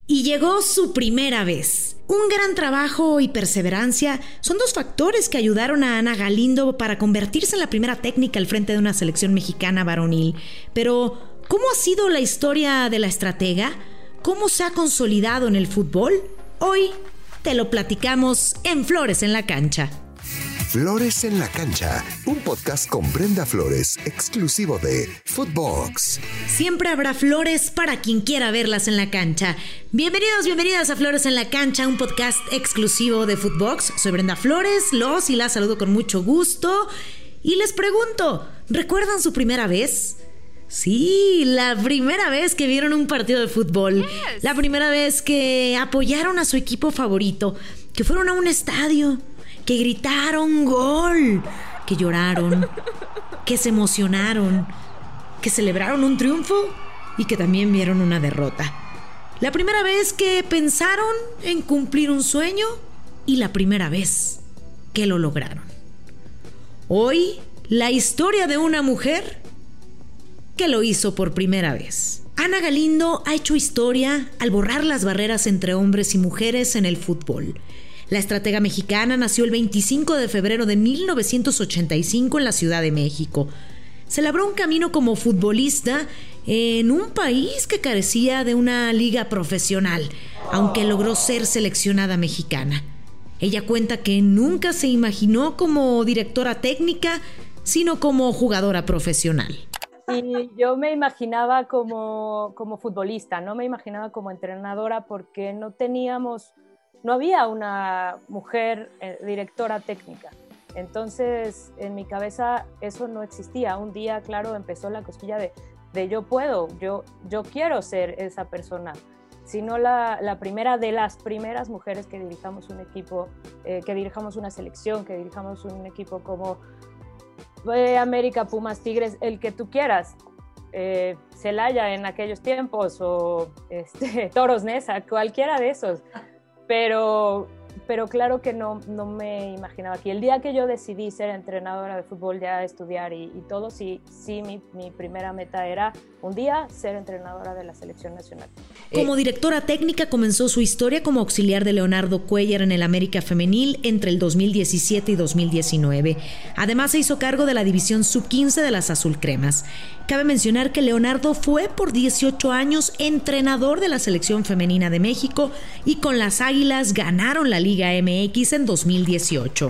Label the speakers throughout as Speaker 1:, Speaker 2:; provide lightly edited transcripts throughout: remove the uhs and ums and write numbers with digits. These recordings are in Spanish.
Speaker 1: Y llegó su primera vez. Un gran trabajo y perseverancia son dos factores que ayudaron a Ana Galindo para convertirse en la primera técnica al frente de una selección mexicana varonil. Pero, ¿cómo ha sido la historia de la estratega? ¿Cómo se ha consolidado en el fútbol? Hoy te lo platicamos en Flores en la Cancha.
Speaker 2: Flores en la Cancha, un podcast con Brenda Flores, exclusivo de Footbox.
Speaker 1: Siempre habrá flores para quien quiera verlas en la cancha. Bienvenidas a Flores en la Cancha, un podcast exclusivo de Footbox. Soy Brenda Flores, los y las saludo con mucho gusto. Y les pregunto, ¿recuerdan su primera vez? Sí, la primera vez que vieron un partido de fútbol. Yes. La primera vez que apoyaron a su equipo favorito, que fueron a un estadio, que gritaron ¡gol!, que lloraron, que se emocionaron, que celebraron un triunfo y que también vieron una derrota. La primera vez que pensaron en cumplir un sueño y la primera vez que lo lograron. Hoy, la historia de una mujer que lo hizo por primera vez. Ana Galindo ha hecho historia al borrar las barreras entre hombres y mujeres en el fútbol. La estratega mexicana nació el 25 de febrero de 1985 en la Ciudad de México. Se labró un camino como futbolista en un país que carecía de una liga profesional, aunque logró ser seleccionada mexicana. Ella cuenta que nunca se imaginó como directora técnica, sino como jugadora profesional.
Speaker 3: Y yo me imaginaba como futbolista, no me imaginaba como entrenadora porque no había una mujer directora técnica. Entonces, en mi cabeza eso no existía. Un día, claro, empezó la cosquilla de yo puedo, yo quiero ser esa persona. Sino la primera de las primeras mujeres que dirijamos un equipo, que dirijamos una selección, que dirijamos un equipo como América, Pumas, Tigres, el que tú quieras. Celaya en aquellos tiempos o Toros Neza, cualquiera de esos. Pero claro que no me imaginaba que el día que yo decidí ser entrenadora de fútbol, ya estudiar y todo, sí, mi primera meta era un día ser entrenadora de la selección nacional.
Speaker 1: Como directora técnica comenzó su historia como auxiliar de Leonardo Cuéllar en el América Femenil entre el 2017 y 2019. Además se hizo cargo de la división sub-15 de las Azulcremas. Cabe mencionar que Leonardo fue por 18 años entrenador de la selección femenina de México y con las Águilas ganaron la Liga MX en 2018.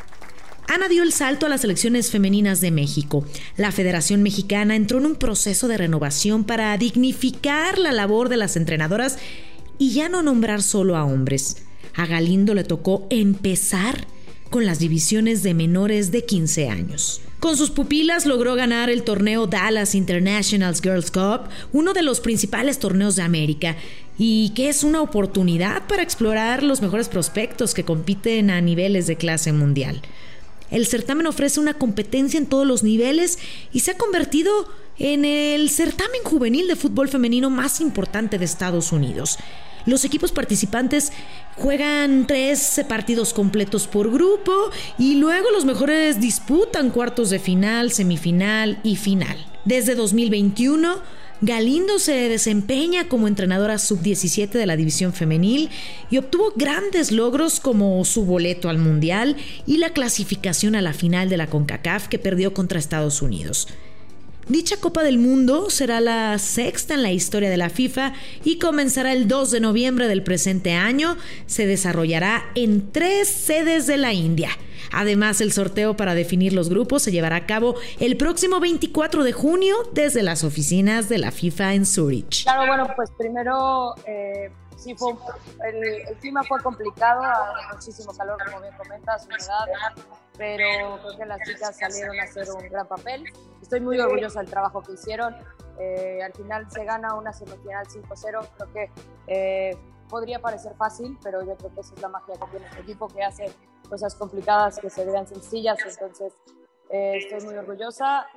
Speaker 1: Ana dio el salto a las selecciones femeninas de México. La Federación Mexicana entró en un proceso de renovación para dignificar la labor de las entrenadoras y ya no nombrar solo a hombres. A Galindo le tocó empezar con las divisiones de menores de 15 años. Con sus pupilas logró ganar el torneo Dallas International Girls Cup, uno de los principales torneos de América, y que es una oportunidad para explorar los mejores prospectos que compiten a niveles de clase mundial. El certamen ofrece una competencia en todos los niveles y se ha convertido en el certamen juvenil de fútbol femenino más importante de Estados Unidos. Los equipos participantes juegan 3 partidos completos por grupo y luego los mejores disputan cuartos de final, semifinal y final. Desde 2021, Galindo se desempeña como entrenadora sub-17 de la división femenil y obtuvo grandes logros como su boleto al Mundial y la clasificación a la final de la CONCACAF que perdió contra Estados Unidos. Dicha Copa del Mundo será la 6ª en la historia de la FIFA y comenzará el 2 de noviembre del presente año. Se desarrollará en 3 sedes de la India. Además, el sorteo para definir los grupos se llevará a cabo el próximo 24 de junio desde las oficinas de la FIFA en Zurich.
Speaker 3: Claro, bueno, pues primero sí el clima fue complicado, muchísimo calor, como bien comentas, humedad, pero creo que las chicas salieron a hacer un gran papel. Estoy muy orgullosa del trabajo que hicieron. Al final se gana una semifinal 5-0. Creo que podría parecer fácil, pero yo creo que esa es la magia que tiene este equipo, que hace cosas complicadas que se vean sencillas. Entonces estoy muy orgullosa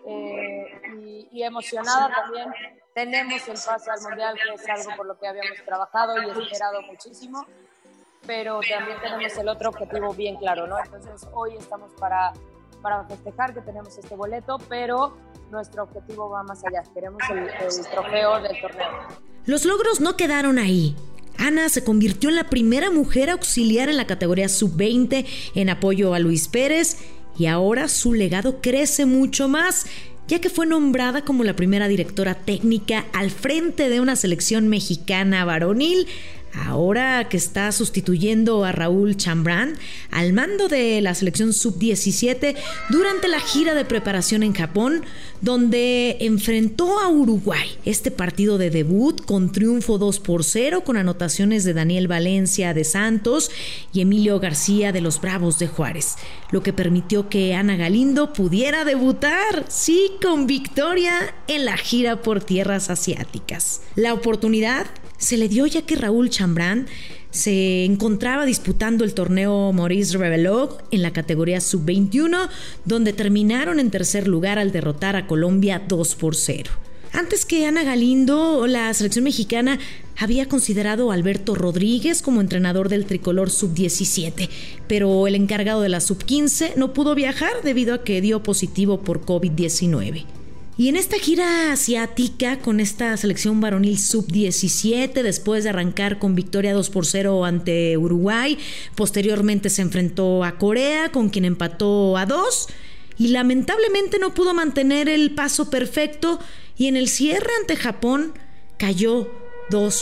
Speaker 3: y emocionada también. Tenemos el pase al Mundial, que es algo por lo que habíamos trabajado y esperado muchísimo, pero también tenemos el otro objetivo bien claro, ¿no? Entonces hoy estamos para festejar que tenemos este boleto, pero nuestro objetivo va más allá. Queremos el trofeo del torneo.
Speaker 1: Los logros no quedaron ahí. Ana se convirtió en la primera mujer auxiliar en la categoría sub-20 en apoyo a Luis Pérez y ahora su legado crece mucho más, ya que fue nombrada como la primera directora técnica al frente de una selección mexicana varonil, ahora que está sustituyendo a Raúl Chambrán al mando de la selección sub-17 durante la gira de preparación en Japón, donde enfrentó a Uruguay. Este partido de debut con triunfo 2-0 con anotaciones de Daniel Valencia de Santos y Emilio García de los Bravos de Juárez, lo que permitió que Ana Galindo pudiera debutar, sí, con victoria en la gira por tierras asiáticas. La oportunidad se le dio ya que Raúl Chambrán se encontraba disputando el torneo Maurice Revelot en la categoría sub-21, donde terminaron en tercer lugar al derrotar a Colombia 2-0. Antes que Ana Galindo, la selección mexicana había considerado a Alberto Rodríguez como entrenador del tricolor sub-17, pero el encargado de la sub-15 no pudo viajar debido a que dio positivo por COVID-19. Y en esta gira asiática con esta selección varonil sub-17, después de arrancar con victoria 2-0 ante Uruguay, posteriormente se enfrentó a Corea, con quien empató a 2, y lamentablemente no pudo mantener el paso perfecto, y en el cierre ante Japón cayó 2-0.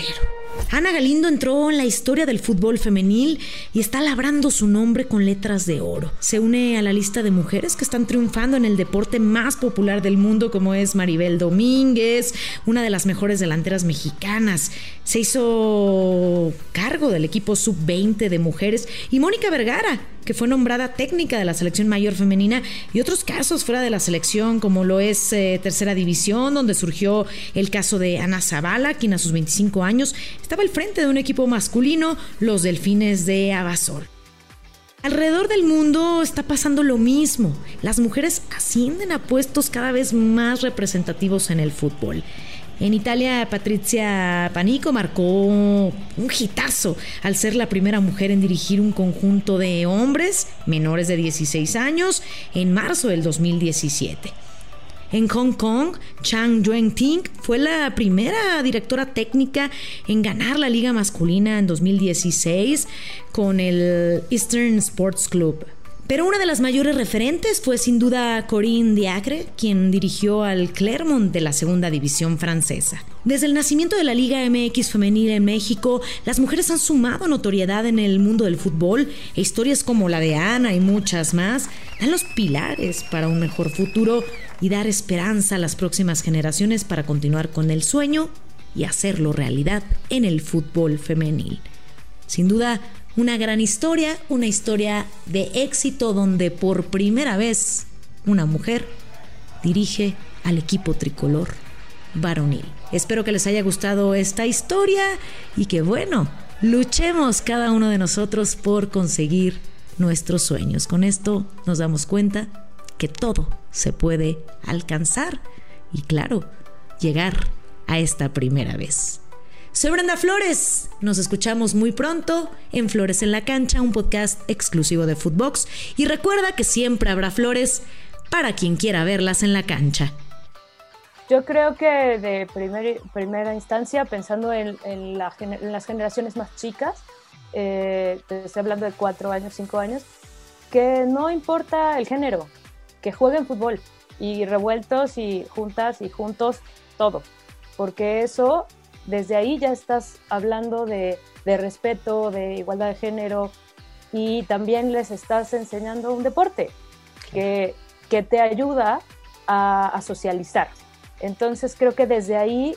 Speaker 1: Ana Galindo entró en la historia del fútbol femenil y está labrando su nombre con letras de oro. Se une a la lista de mujeres que están triunfando en el deporte más popular del mundo, como es Maribel Domínguez, una de las mejores delanteras mexicanas. Se hizo cargo del equipo sub-20 de mujeres, y Mónica Vergara, que fue nombrada técnica de la selección mayor femenina, y otros casos fuera de la selección, como lo es tercera división, donde surgió el caso de Ana Zavala, quien a sus 25 años estaba al frente de un equipo masculino, los Delfines de Abasol. Alrededor del mundo está pasando lo mismo. Las mujeres ascienden a puestos cada vez más representativos en el fútbol. En Italia, Patrizia Panico marcó un hitazo al ser la primera mujer en dirigir un conjunto de hombres menores de 16 años en marzo del 2017. En Hong Kong, Chang Yuen-ting fue la primera directora técnica en ganar la liga masculina en 2016 con el Eastern Sports Club. Pero una de las mayores referentes fue sin duda Corinne Diacre, quien dirigió al Clermont de la segunda división francesa. Desde el nacimiento de la Liga MX femenil en México, las mujeres han sumado notoriedad en el mundo del fútbol, e historias como la de Ana y muchas más dan los pilares para un mejor futuro y dar esperanza a las próximas generaciones para continuar con el sueño y hacerlo realidad en el fútbol femenil. Sin duda, una gran historia, una historia de éxito donde por primera vez una mujer dirige al equipo tricolor varonil. Espero que les haya gustado esta historia y que, bueno, luchemos cada uno de nosotros por conseguir nuestros sueños. Con esto nos damos cuenta que todo se puede alcanzar y, claro, llegar a esta primera vez. Soy Brenda Flores, nos escuchamos muy pronto en Flores en la Cancha, un podcast exclusivo de Footbox, y recuerda que siempre habrá flores para quien quiera verlas en la cancha.
Speaker 3: Yo creo que de primera instancia, pensando en las generaciones más chicas, estoy hablando de 4 años, 5 años, que no importa el género, que jueguen fútbol, y revueltos y juntas y juntos, todo, porque eso... Desde ahí ya estás hablando de respeto, de igualdad de género, y también les estás enseñando un deporte que te ayuda a socializar. Entonces creo que desde ahí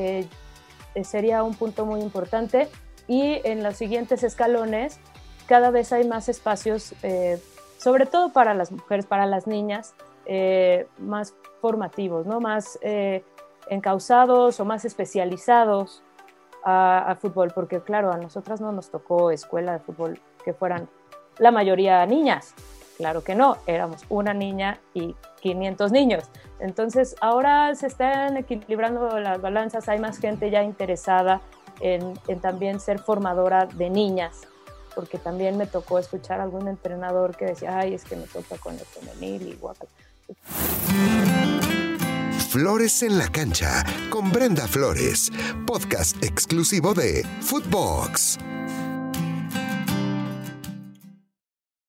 Speaker 3: sería un punto muy importante, y en los siguientes escalones cada vez hay más espacios, sobre todo para las mujeres, para las niñas, más formativos, ¿no? Más encausados o más especializados a fútbol, porque claro, a nosotras no nos tocó escuela de fútbol que fueran la mayoría niñas, claro que no, éramos una niña y 500 niños. Entonces ahora se están equilibrando las balanzas, hay más gente ya interesada en también ser formadora de niñas, porque también me tocó escuchar a algún entrenador que decía, ay, es que me toca con el femenil y guapa.
Speaker 2: Flores en la Cancha con Brenda Flores, podcast exclusivo de Footbox.